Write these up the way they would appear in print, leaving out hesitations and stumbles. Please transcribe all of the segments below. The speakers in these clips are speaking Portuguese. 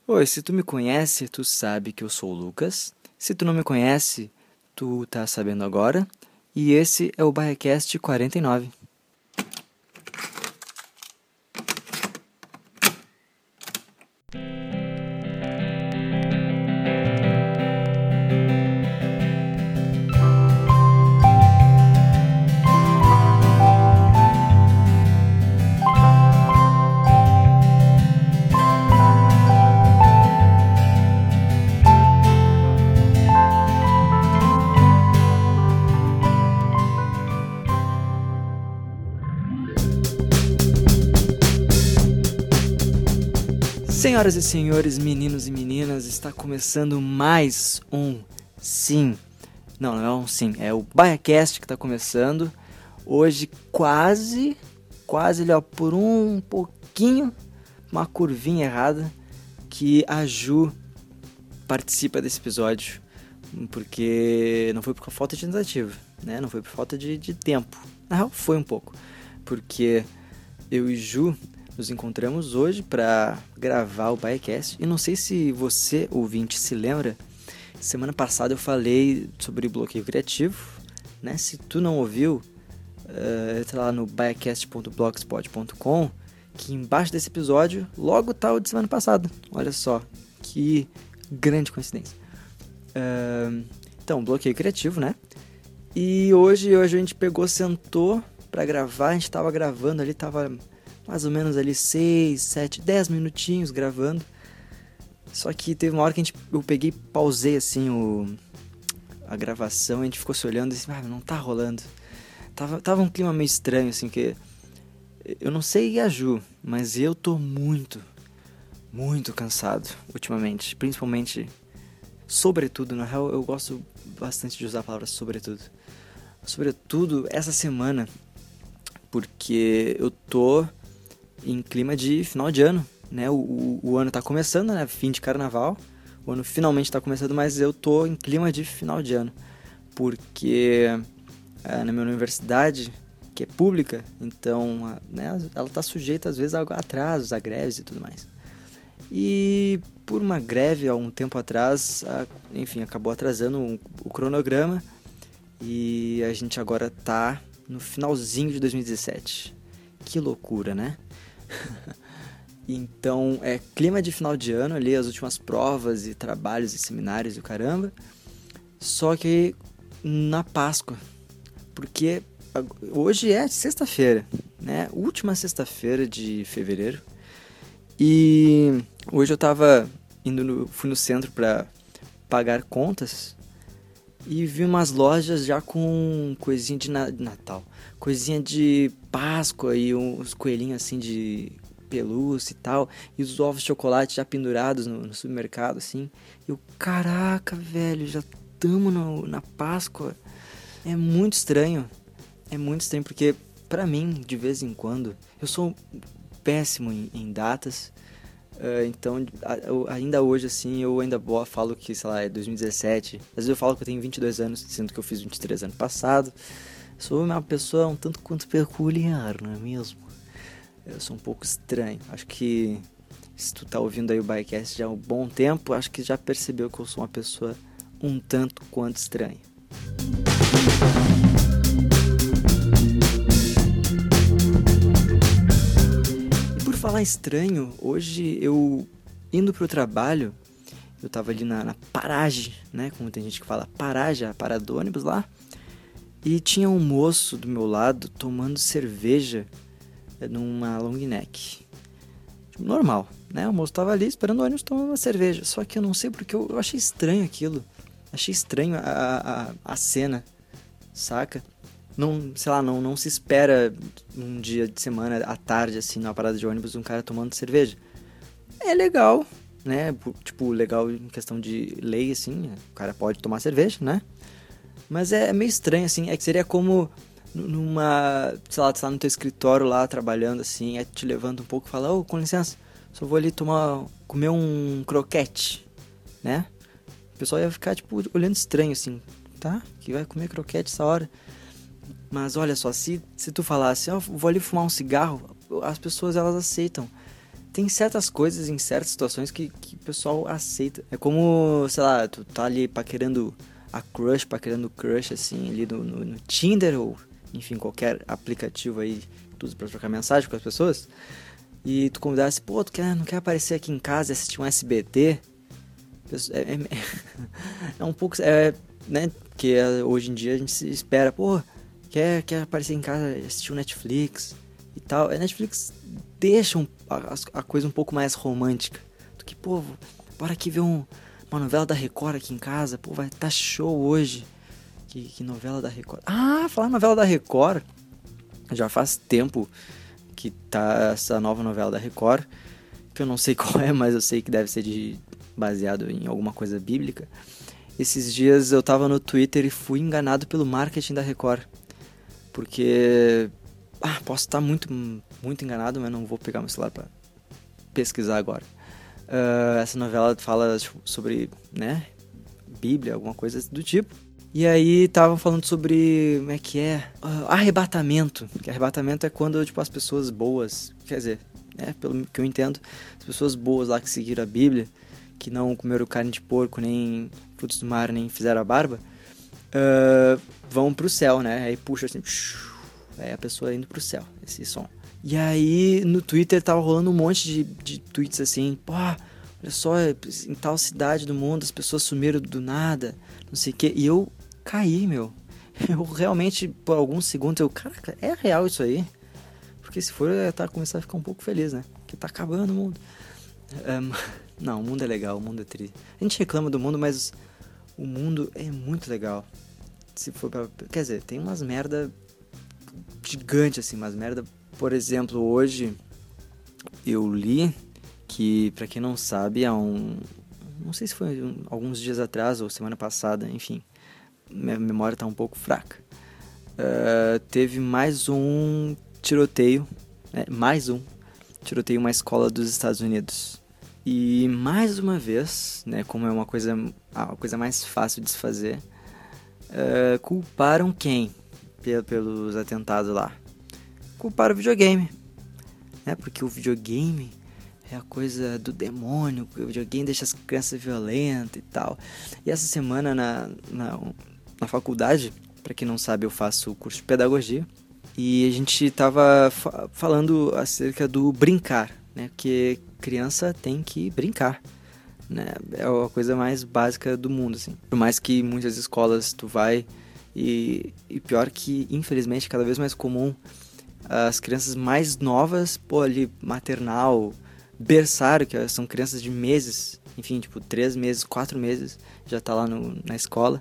Oi, se tu me conhece, tu sabe que eu sou o Lucas. Se tu não me conhece, tu tá sabendo agora. E esse é o BaiaCast 49. Senhoras e senhores, meninos e meninas, está começando mais um Sim. Não é um Sim, é o BaiaCast que está começando. Hoje quase ali ó, por um pouquinho, uma curvinha errada, que a Ju participa desse episódio. Porque não foi por falta de tentativa, né? Não foi por falta de tempo. Na real, foi um pouco. Porque eu e Ju nos encontramos hoje para gravar o BaiaCast. E não sei se você, ouvinte, se lembra. Semana passada eu falei sobre bloqueio criativo, né? Se tu não ouviu, entra lá no baiacast.blogspot.com, que embaixo desse episódio logo tá o de semana passada. Olha só, que grande coincidência. Então, bloqueio criativo, né? E hoje a gente sentou pra gravar. A gente tava gravando ali, tava mais ou menos ali 6, 7, 10 minutinhos gravando. Só que teve uma hora que eu peguei e pausei assim a gravação. A gente ficou se olhando e assim, não tá rolando. Tava um clima meio estranho assim, que eu não sei a Ju, mas eu tô muito cansado ultimamente, principalmente. Sobretudo, na real eu gosto bastante de usar a palavra sobretudo. Sobretudo essa semana, porque eu tô em clima de final de ano, né? O ano tá começando, né? Fim de carnaval. O ano finalmente tá começando, mas eu tô em clima de final de ano. Porque na minha universidade, que é pública, então né, ela tá sujeita às vezes a atrasos, a greves e tudo mais. E por uma greve há um tempo atrás, enfim, acabou atrasando o cronograma e a gente agora tá no finalzinho de 2017. Que loucura, né? Então, é clima de final de ano ali, as últimas provas e trabalhos e seminários e o caramba. Só que na Páscoa, porque hoje é sexta-feira, né? Última sexta-feira de fevereiro. E hoje eu tava fui no centro pra pagar contas e vi umas lojas já com coisinha de Natal, coisinha de Páscoa e uns coelhinhos assim de pelúcia e tal, e os ovos de chocolate já pendurados no supermercado assim. E eu, caraca, velho, já tamo na Páscoa. É muito estranho porque pra mim, de vez em quando, eu sou péssimo em datas, então ainda hoje assim eu ainda falo que, sei lá, é 2017. Às vezes eu falo que eu tenho 22 anos, sendo que eu fiz 23 ano passado. Sou uma pessoa um tanto quanto peculiar, não é mesmo? Eu sou um pouco estranho. Acho que se tu tá ouvindo aí o BaiaCast já há um bom tempo, acho que já percebeu que eu sou uma pessoa um tanto quanto estranha. Falar estranho, hoje eu indo pro trabalho, eu tava ali na paragem, né, como tem gente que fala paragem, a parada do ônibus lá, e tinha um moço do meu lado tomando cerveja numa long neck. Normal, né, o moço tava ali esperando o ônibus tomando uma cerveja, só que eu não sei porque eu achei estranho aquilo, achei estranho a cena, saca? Não, sei lá, não se espera um dia de semana, à tarde, assim, numa parada de ônibus, um cara tomando cerveja. É legal, né? Tipo, legal em questão de lei, assim, o cara pode tomar cerveja, né? Mas é meio estranho, assim, é que seria como numa, sei lá, tu tá no teu escritório lá, trabalhando, assim, aí te levanta um pouco e fala, com licença, só vou ali comer um croquete, né? O pessoal ia ficar, tipo, olhando estranho, assim, tá? Que vai comer croquete essa hora? Mas olha só, se tu falasse, vou ali fumar um cigarro, as pessoas elas aceitam. tem certas coisas em certas situações que o pessoal aceita. É como, sei lá, tu tá ali paquerando paquerando crush, assim, ali no Tinder ou, enfim, qualquer aplicativo aí que tu usa pra trocar mensagem com as pessoas. E tu convidasse, pô, não quer aparecer aqui em casa e assistir um SBT? É um pouco, né, porque hoje em dia a gente se espera, pô, quer aparecer em casa e assistir um Netflix e tal. A Netflix deixa a coisa um pouco mais romântica do que, pô, bora aqui ver uma novela da Record aqui em casa, pô, vai tá show hoje. Que novela da Record? Ah, falar novela da Record, já faz tempo que tá essa nova novela da Record, que eu não sei qual é, mas eu sei que deve ser baseado em alguma coisa bíblica. Esses dias eu tava no Twitter e fui enganado pelo marketing da Record, porque posso estar muito, muito enganado, mas não vou pegar meu celular pra pesquisar agora. Essa novela fala sobre, né, Bíblia, alguma coisa do tipo. E aí estavam falando sobre, como é que é? Arrebatamento. Que arrebatamento é quando, tipo, as pessoas boas, quer dizer, pelo que eu entendo, as pessoas boas lá que seguiram a Bíblia, que não comeram carne de porco, nem frutos do mar, nem fizeram a barba, vão pro céu, né? Aí puxa assim, aí a pessoa indo pro céu, esse som. E aí no Twitter tava rolando um monte de tweets assim, pô, olha só, em tal cidade do mundo as pessoas sumiram do nada, não sei o que, e eu caí, meu. Eu realmente, por alguns segundos, caraca, é real isso aí? Porque se for, eu ia começar a ficar um pouco feliz, né? Porque tá acabando o mundo. Não, o mundo é legal, o mundo é triste. A gente reclama do mundo, mas o mundo é muito legal. Se for quer dizer, tem umas merda gigante assim, umas merda. Por exemplo, hoje eu li que, pra quem não sabe, não sei se foi alguns dias atrás ou semana passada, enfim, minha memória tá um pouco fraca. Teve mais um tiroteio, em uma escola dos Estados Unidos. E mais uma vez, né, como é a coisa mais fácil de se fazer, culparam quem pelos atentados lá? Culparam o videogame, né? Porque o videogame é a coisa do demônio, o videogame deixa as crianças violentas e tal. E essa semana na faculdade, para quem não sabe, eu faço o curso de pedagogia, e a gente tava falando acerca do brincar, né? Porque criança tem que brincar, né? É a coisa mais básica do mundo, assim. Por mais que muitas escolas tu vai e pior que, infelizmente, cada vez mais comum as crianças mais novas, ali, maternal, berçário, que são crianças de meses, enfim, tipo 3 meses, 4 meses, já tá lá na escola.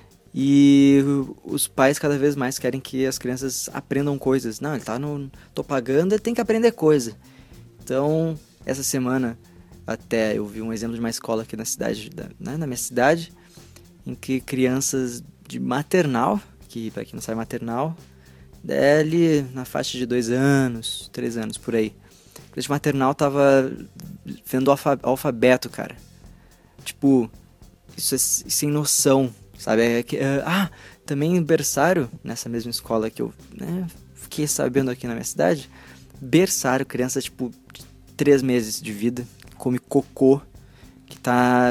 E os pais cada vez mais querem que as crianças aprendam coisas. Não, ele tá tô pagando, ele tem que aprender coisa. Então, essa semana até eu vi um exemplo de uma escola aqui na cidade, na minha cidade, em que crianças de maternal, que pra quem não sabe maternal, é ali na faixa de 2 anos, 3 anos, por aí. A criança de maternal tava vendo alfabeto, cara. Tipo, isso é sem noção, sabe? Também berçário, nessa mesma escola que eu, né, fiquei sabendo aqui na minha cidade, berçário, criança tipo de 3 meses de vida, come cocô, que tá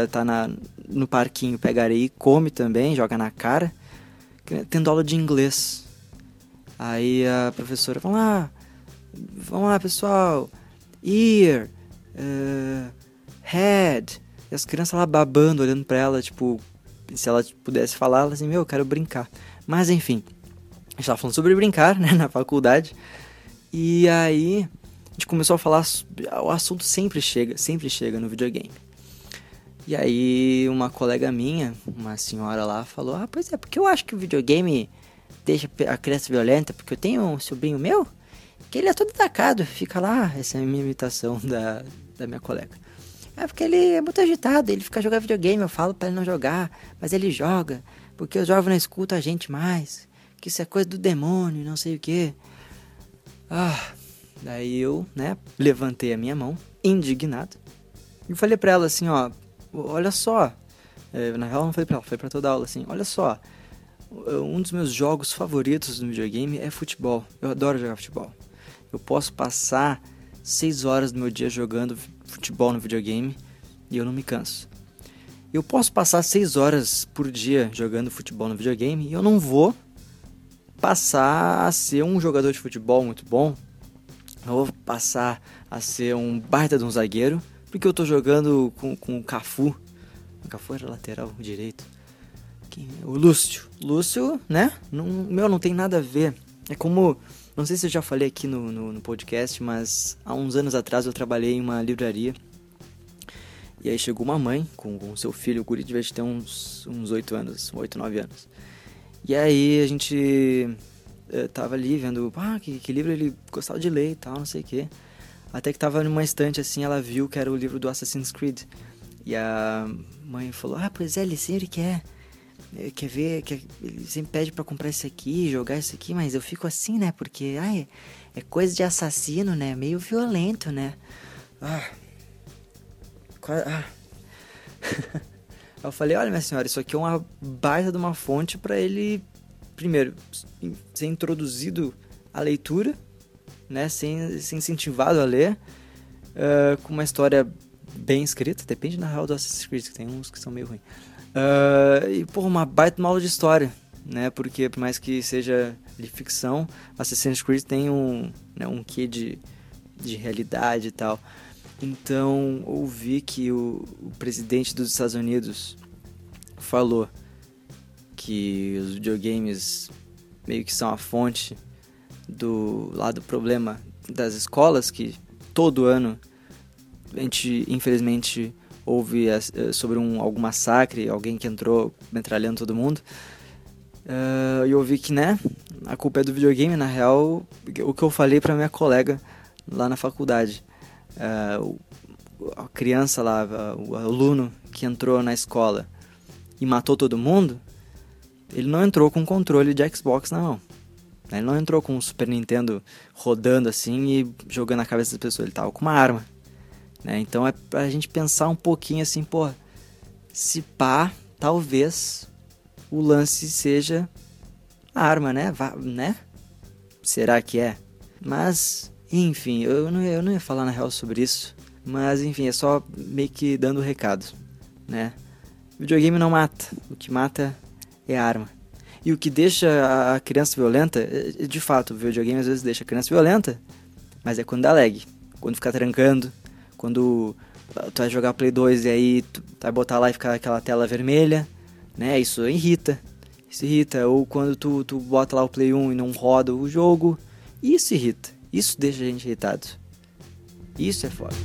no parquinho, pega areia e come também, joga na cara, tendo aula de inglês. Aí a professora fala, vamos lá pessoal, ear, head, e as crianças lá babando, olhando pra ela, tipo, se ela pudesse falar, ela assim, eu quero brincar. Mas enfim, a gente tava falando sobre brincar, né, na faculdade, e aí a gente começou a falar, o assunto sempre chega no videogame. E aí uma colega minha, uma senhora lá, falou, pois é, porque eu acho que o videogame deixa a criança violenta, porque eu tenho um sobrinho meu, que ele é todo atacado, fica lá, essa é a minha imitação da minha colega. Porque ele é muito agitado, ele fica jogando videogame, eu falo pra ele não jogar, mas ele joga, porque os jovens não escutam a gente mais, que isso é coisa do demônio, não sei o que. Daí eu, né, levantei a minha mão, indignado, e falei pra ela assim, olha só, na real não falei pra ela, foi pra toda a aula assim, olha só, um dos meus jogos favoritos no videogame é futebol, eu adoro jogar futebol, eu posso passar 6 horas do meu dia jogando futebol no videogame e eu não me canso. Eu posso passar 6 horas por dia jogando futebol no videogame e eu não vou passar a ser um jogador de futebol muito bom. Eu vou passar a ser um baita de um zagueiro porque eu tô jogando com o Cafu. O Cafu era lateral direito. O Lúcio. Lúcio, né? Não tem nada a ver. É como... Não sei se eu já falei aqui no podcast, mas há uns anos atrás eu trabalhei em uma livraria. E aí chegou uma mãe com seu filho, o guri devia ter uns 8 anos, 8, 9 anos. E aí a gente tava ali vendo, que livro ele gostava de ler e tal, não sei o quê. Até que tava numa estante assim, ela viu que era o livro do Assassin's Creed. E a mãe falou, pois é, ele sempre quer ver, ele sempre pede pra comprar isso aqui, jogar isso aqui, mas eu fico assim, né, porque, é coisa de assassino, né, meio violento, né. Eu falei, olha minha senhora, isso aqui é uma baita de uma fonte pra ele, primeiro, ser introduzido à leitura, né, ser incentivado a ler, com uma história bem escrita, depende na real do Assassin's Creed, que tem uns que são meio ruins. E, uma baita uma aula de história, né? Porque, por mais que seja de ficção, Assassin's Creed tem um quê de realidade e tal. Então, ouvi que o presidente dos Estados Unidos falou que os videogames meio que são a fonte do problema das escolas, que todo ano a gente, infelizmente, houve sobre algum massacre, alguém que entrou metralhando todo mundo. E eu vi que, né, a culpa é do videogame, na real, o que eu falei pra minha colega lá na faculdade. A criança lá, o aluno que entrou na escola e matou todo mundo, ele não entrou com controle de Xbox na mão. Ele não entrou com o Super Nintendo rodando assim e jogando na cabeça das pessoas, ele tava com uma arma. Então é pra gente pensar um pouquinho assim, se pá, talvez o lance seja a arma, né? Será que é? Mas, enfim, eu não ia falar na real sobre isso, mas enfim, é só meio que dando o recado, né? Videogame não mata, o que mata é a arma. E o que deixa a criança violenta, de fato, o videogame às vezes deixa a criança violenta, mas é quando dá lag, quando fica trancando, quando tu vai jogar Play 2 e aí tu vai botar lá e ficar aquela tela vermelha, né? Isso irrita. Ou quando tu bota lá o Play 1 e não roda o jogo, isso irrita. Isso deixa a gente irritado. Isso é foda.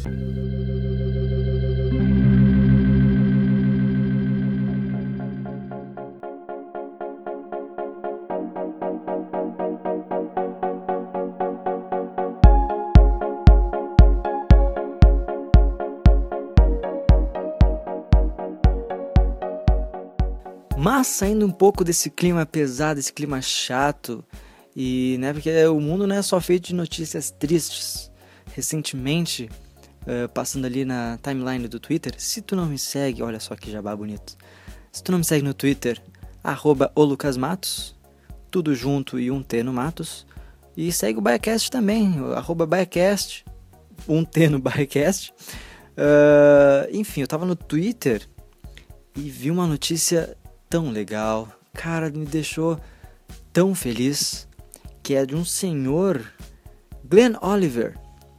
Mas saindo um pouco desse clima pesado, esse clima chato, e, né, porque o mundo não é só feito de notícias tristes. Recentemente, passando ali na timeline do Twitter, se tu não me segue, olha só que jabá bonito. Se tu não me segue no Twitter, @olucasmatos, tudo junto e um T no Matos. E segue o BaiaCast também, @BaiaCast, um T no BaiaCast. Enfim, eu tava no Twitter e vi uma notícia tão legal, cara, me deixou tão feliz, que é de um senhor, Glenn Oliver.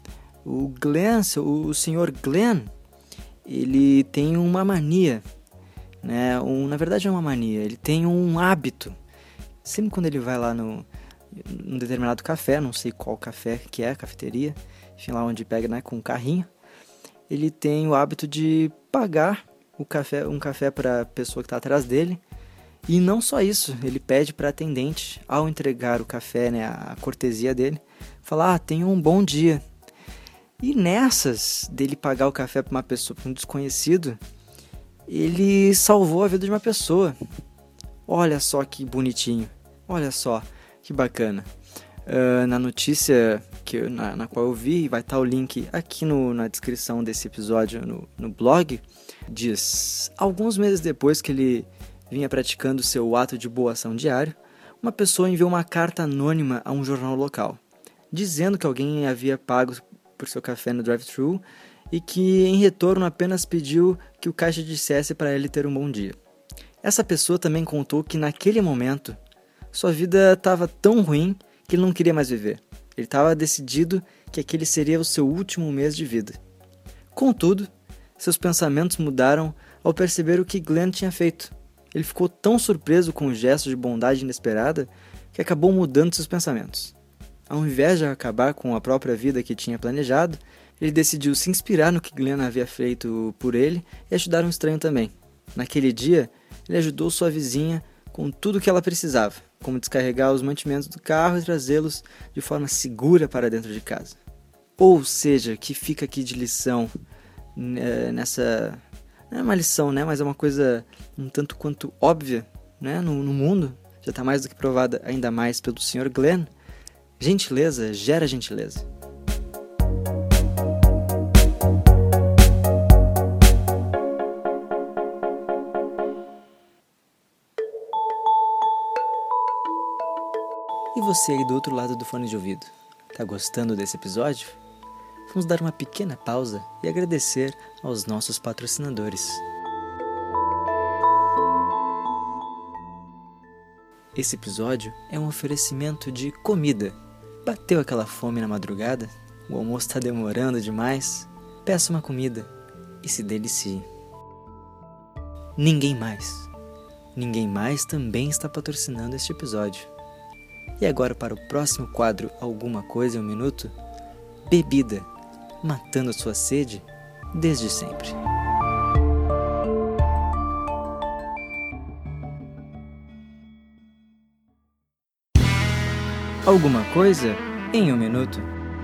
O senhor Glenn, ele tem uma mania, né? Na verdade não é uma mania, ele tem um hábito. Sempre quando ele vai lá num determinado café, não sei qual café que é, cafeteria, enfim, lá onde pega, né, com um carrinho, ele tem o hábito de pagar um café para a pessoa que está atrás dele. E não só isso, ele pede para a atendente, ao entregar o café, né, a cortesia dele, falar, tenha um bom dia. E nessas dele pagar o café para uma pessoa, para um desconhecido, ele salvou a vida de uma pessoa. Olha só que bonitinho, olha só que bacana. Na notícia na qual eu vi, vai estar o link aqui na descrição desse episódio no blog, diz, alguns meses depois que ele vinha praticando seu ato de boa ação diário, uma pessoa enviou uma carta anônima a um jornal local, dizendo que alguém havia pago por seu café no drive-thru e que, em retorno, apenas pediu que o caixa dissesse para ele ter um bom dia. Essa pessoa também contou que, naquele momento, sua vida estava tão ruim que ele não queria mais viver. Ele estava decidido que aquele seria o seu último mês de vida. Contudo, seus pensamentos mudaram ao perceber o que Glenn tinha feito. Ele ficou tão surpreso com o gesto de bondade inesperada que acabou mudando seus pensamentos. Ao invés de acabar com a própria vida que tinha planejado, ele decidiu se inspirar no que Glenn havia feito por ele e ajudar um estranho também. Naquele dia, ele ajudou sua vizinha com tudo o que ela precisava, como descarregar os mantimentos do carro e trazê-los de forma segura para dentro de casa. Ou seja, que fica aqui de lição nessa... Não é uma lição, né? Mas é uma coisa um tanto quanto óbvia, né? No mundo. Já está mais do que provada, ainda mais pelo Sr. Glenn. Gentileza gera gentileza. E você aí do outro lado do fone de ouvido, tá gostando desse episódio? Vamos dar uma pequena pausa e agradecer aos nossos patrocinadores. Esse episódio é um oferecimento de comida. Bateu aquela fome na madrugada? O almoço está demorando demais? Peça uma comida e se delicie. Ninguém mais. Ninguém mais também está patrocinando este episódio. E agora para o próximo quadro Alguma Coisa em um Minuto, bebida, matando a sua sede desde sempre. Alguma coisa em um minuto.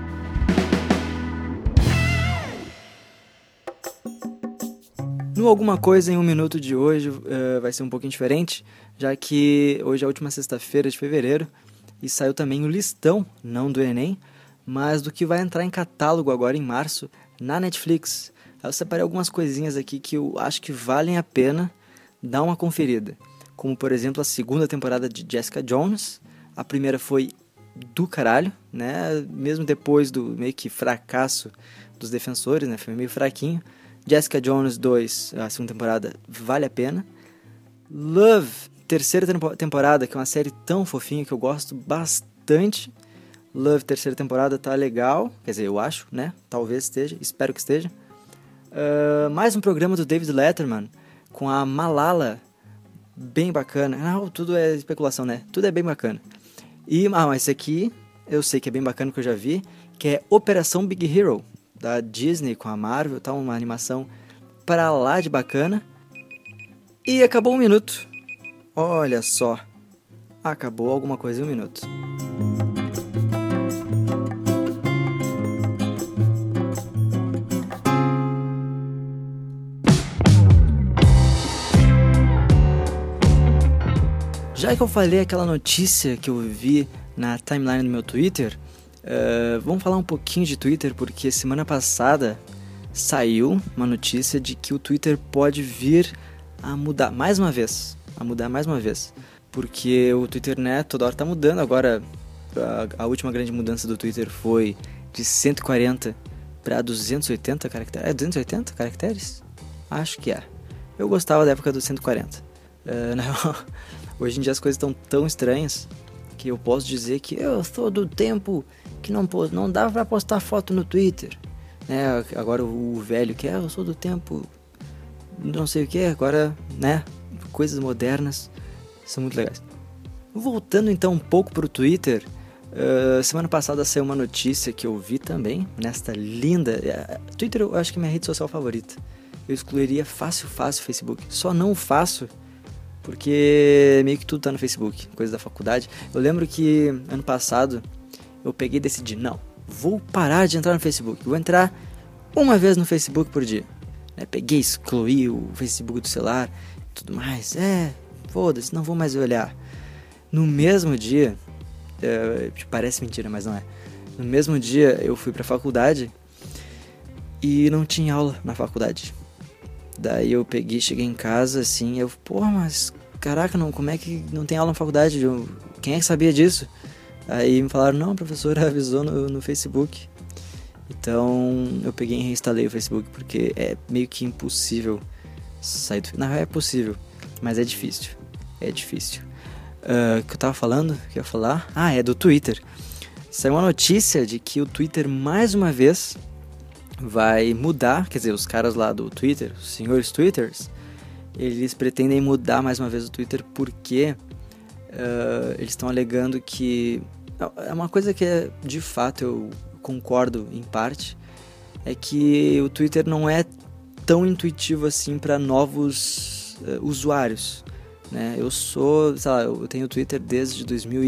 No Alguma Coisa em um Minuto de hoje vai ser um pouquinho diferente, já que hoje é a última sexta-feira de fevereiro e saiu também o listão, não do Enem, mas do que vai entrar em catálogo agora em março na Netflix. Eu separei algumas coisinhas aqui que eu acho que valem a pena dar uma conferida, como por exemplo a segunda temporada de Jessica Jones. A primeira foi do caralho, né? Mesmo depois do meio que fracasso dos defensores, né? Foi meio fraquinho. Jessica Jones 2, a segunda temporada, vale a pena. Love, terceira temporada, que é uma série tão fofinha que eu gosto bastante. Love, terceira temporada, tá legal. Quer dizer, eu acho, né? Talvez esteja, espero que esteja. Mais um programa do David Letterman com a Malala, bem bacana. Não, tudo é especulação, né? Tudo é bem bacana. E esse aqui, eu sei que é bem bacana, que eu já vi, que é Operação Big Hero, da Disney com a Marvel, tá? Uma animação pra lá de bacana. E acabou um minuto. Olha só, acabou Alguma Coisa em um Minuto. Já que eu falei aquela notícia que eu vi na timeline do meu Twitter, vamos falar um pouquinho de Twitter, porque semana passada saiu uma notícia de que o Twitter pode vir a mudar mais uma vez. Porque o Twitter, né, toda hora tá mudando. Agora, a última grande mudança do Twitter foi de 140 para 280 caracteres. É 280 caracteres? Acho que é. Eu gostava da época dos 140. Não... Hoje em dia as coisas estão tão estranhas que eu posso dizer que eu sou do tempo que não dava pra postar foto no Twitter, né? Agora o velho que eu sou do tempo não sei o que, agora, né? Coisas modernas são muito legais. Voltando então um pouco pro Twitter, semana passada saiu uma notícia que eu vi também, nesta linda... Twitter eu acho que é minha rede social favorita. Eu excluiria fácil o Facebook. Só não o faço porque meio que tudo tá no Facebook, coisa da faculdade. Eu lembro que ano passado eu peguei e decidi, não, vou parar de entrar no Facebook, vou entrar uma vez no Facebook por dia. Peguei, excluí o Facebook do celular e tudo mais. Foda-se, não vou mais olhar. No mesmo dia, parece mentira, mas não é. No mesmo dia eu fui pra faculdade e não tinha aula na faculdade. Daí eu cheguei em casa assim, mas caraca, como é que não tem aula na faculdade? Quem é que sabia disso? Aí me falaram, não, a professora avisou no Facebook. Então eu peguei e reinstalei o Facebook porque é meio que impossível sair do... Na real é possível, mas é difícil. É difícil. O que eu tava falando? O que eu ia falar? Ah, é do Twitter. Saiu uma notícia de que o Twitter mais uma vez vai mudar. Quer dizer, os caras lá do Twitter, os senhores Twitters, eles pretendem mudar mais uma vez o Twitter porque eles estão alegando que... É uma coisa que de fato eu concordo em parte, é que o Twitter não é tão intuitivo assim para novos usuários, né? Eu tenho Twitter desde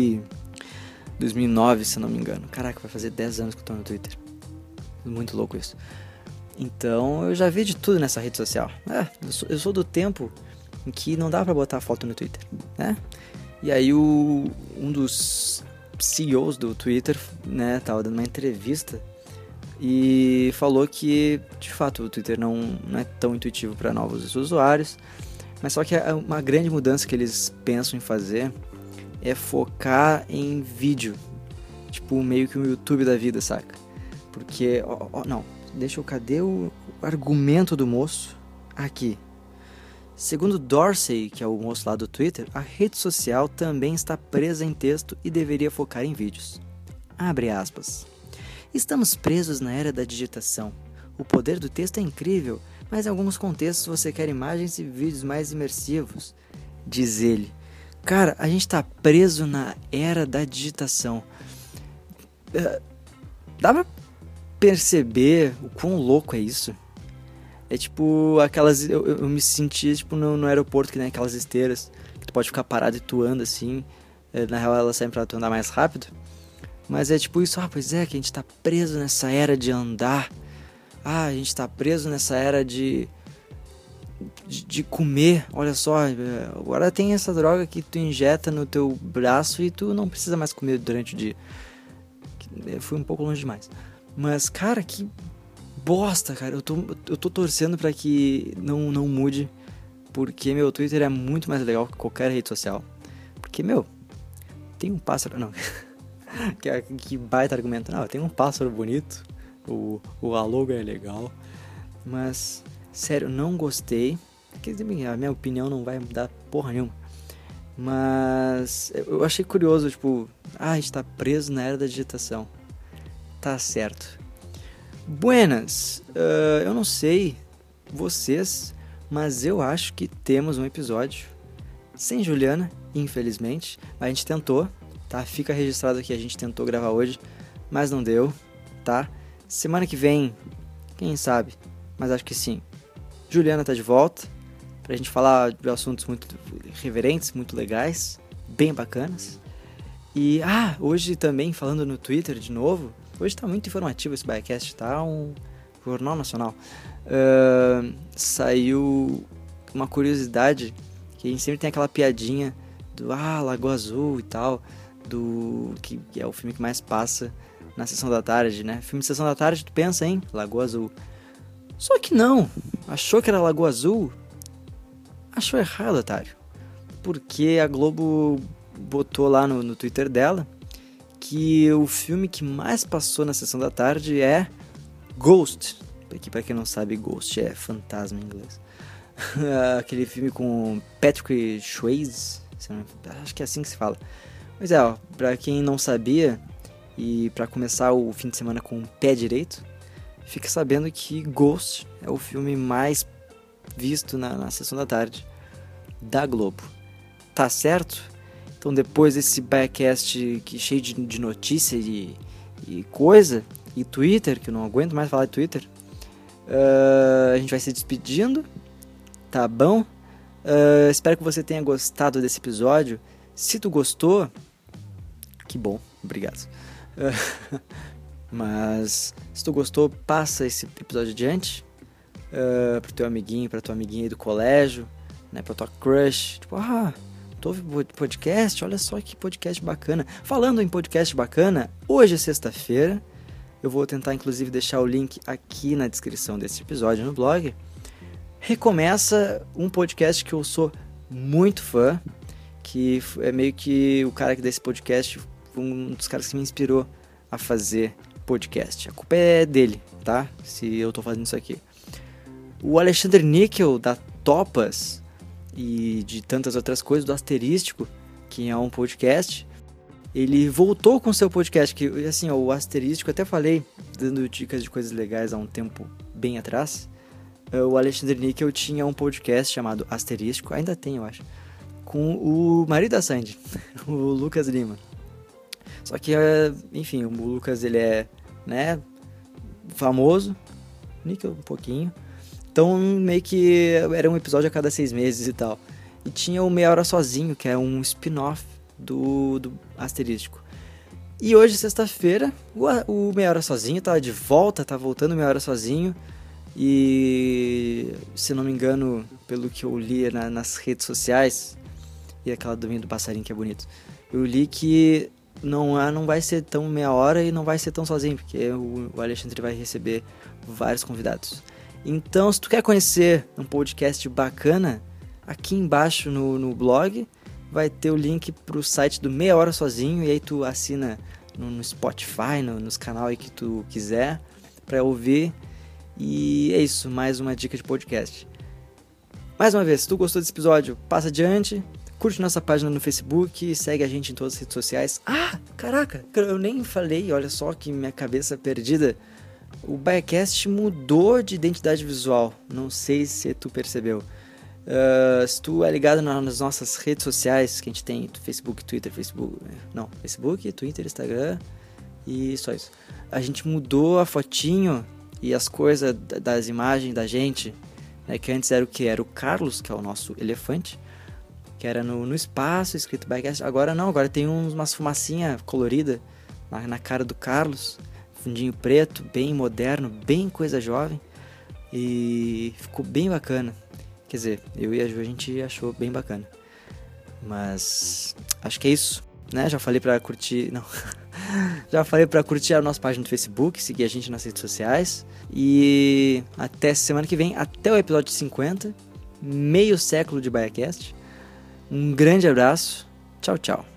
2009, se eu não me engano. Caraca, vai fazer 10 anos que eu tô no Twitter. Muito louco isso. Então eu já vi de tudo nessa rede social. Eu sou do tempo em que não dá pra botar foto no Twitter, né? E aí um dos CEOs do Twitter, né, tava dando uma entrevista e falou que, de fato, o Twitter não é tão intuitivo para novos usuários, mas só que uma grande mudança que eles pensam em fazer é focar em vídeo, tipo meio que um YouTube da vida, saca? Porque, cadê o argumento do moço? Aqui. Segundo Dorsey, que é o moço lá do Twitter, a rede social também está presa em texto e deveria focar em vídeos. Abre aspas. Estamos presos na era da digitação. O poder do texto é incrível, mas em alguns contextos você quer imagens e vídeos mais imersivos, diz ele. Cara, a gente está preso na era da digitação. Dá pra perceber o quão louco é isso? É tipo aquelas... Eu me senti tipo no aeroporto, que nem aquelas esteiras que tu pode ficar parado e tu anda assim. Na real elas saem pra tu andar mais rápido. Mas é tipo isso, pois é, que a gente tá preso nessa era de andar. A gente tá preso nessa era de comer. Olha só, agora tem essa droga que tu injeta no teu braço e tu não precisa mais comer durante o dia. Eu fui um pouco longe demais. Mas, cara, que bosta, cara. Eu tô torcendo pra que não mude, porque meu Twitter é muito mais legal que qualquer rede social. Porque, tem um pássaro... Não... que baita argumento. Não, tem um pássaro bonito, a logo é legal, mas sério, não gostei. A minha opinião não vai mudar porra nenhuma, mas eu achei curioso, tipo, a gente tá preso na era da digitação. Tá certo. Buenas, eu não sei vocês, mas eu acho que temos um episódio sem Juliana, infelizmente, mas a gente tentou. Tá? Fica registrado aqui, a gente tentou gravar hoje, mas não deu, tá? Semana que vem, quem sabe, mas acho que sim. Juliana tá de volta, pra gente falar de assuntos muito reverentes, muito legais, bem bacanas. E, hoje também, falando no Twitter de novo, hoje tá muito informativo esse Biacast, tá? Um jornal nacional. Saiu uma curiosidade, que a gente sempre tem aquela piadinha do, Lagoa Azul e tal, que é o filme que mais passa na sessão da tarde, né? Filme de sessão da tarde, tu pensa, hein? Lagoa Azul. Só que não. Achou que era Lagoa Azul? Achou errado, otário. Porque a Globo botou lá no Twitter dela que o filme que mais passou na sessão da tarde é Ghost. Porque pra quem não sabe, Ghost é fantasma em inglês. Aquele filme com Patrick Swayze. Acho que é assim que se fala. Pois é, pra quem não sabia, e pra começar o fim de semana com o pé direito, fica sabendo que Ghost é o filme mais visto na sessão da tarde da Globo. Tá certo? Então depois desse Biacast cheio de notícia e coisa, e Twitter, que eu não aguento mais falar de Twitter, a gente vai se despedindo, tá bom? Espero que você tenha gostado desse episódio. Se tu gostou, que bom, obrigado. Mas se tu gostou, passa esse episódio adiante pro teu amiguinho, pra tua amiguinha aí do colégio, né, pra tua crush. Tipo, tu ouve podcast? Olha só que podcast bacana. Falando em podcast bacana, hoje é sexta-feira. Eu vou tentar inclusive deixar o link aqui na descrição desse episódio no blog. Recomeça um podcast que eu sou muito fã, que é meio que o cara que desse podcast, um dos caras que me inspirou a fazer podcast. A culpa é dele, tá? Se eu tô fazendo isso aqui. O Alexandre Níquel, da Topas, e de tantas outras coisas, do Asterístico, que é um podcast, ele voltou com seu podcast, que assim, o Asterístico, até falei, dando dicas de coisas legais há um tempo bem atrás. O Alexandre Níquel tinha um podcast chamado Asterístico, ainda tem, eu acho, com o marido da Sandy, o Lucas Lima. Só que, enfim, o Lucas, ele é, né, famoso, Níquel um pouquinho. Então, meio que era um episódio a cada 6 meses e tal. E tinha o Meia Hora Sozinho, que é um spin-off do Asterístico. E hoje, sexta-feira, o Meia Hora Sozinho tá de volta, tá voltando o Meia Hora Sozinho. E, se não me engano, pelo que eu li nas redes sociais, e aquela do passarinho que é bonito, eu li que não vai ser tão meia hora e não vai ser tão sozinho, porque o Alexandre vai receber vários convidados. Então, se tu quer conhecer um podcast bacana, aqui embaixo no blog vai ter o link pro site do Meia Hora Sozinho, e aí tu assina no Spotify, nos canais aí que tu quiser, pra ouvir. E é isso, mais uma dica de podcast. Mais uma vez, se tu gostou desse episódio, passa adiante, curte nossa página no Facebook, segue a gente em todas as redes sociais. Ah, caraca, eu nem falei, olha só que minha cabeça perdida. O BaiaCast mudou de identidade visual, não sei se tu percebeu. Se tu é ligado nas nossas redes sociais, que a gente tem Facebook, Twitter, Facebook, Twitter, Instagram e só isso. A gente mudou a fotinho e as coisas das imagens da gente, né, que antes era o que? Era o Carlos, que é o nosso elefante, que era no espaço, escrito BaiaCast. Agora não, agora tem umas fumacinhas coloridas na cara do Carlos, fundinho preto, bem moderno, bem coisa jovem, e ficou bem bacana. Quer dizer, eu e a Ju, a gente achou bem bacana. Mas acho que é isso, né? Já falei pra curtir... Não. Já falei pra curtir a nossa página do Facebook, seguir a gente nas redes sociais. E até semana que vem, até o episódio 50, meio século de BaiaCast. Um grande abraço. Tchau, tchau.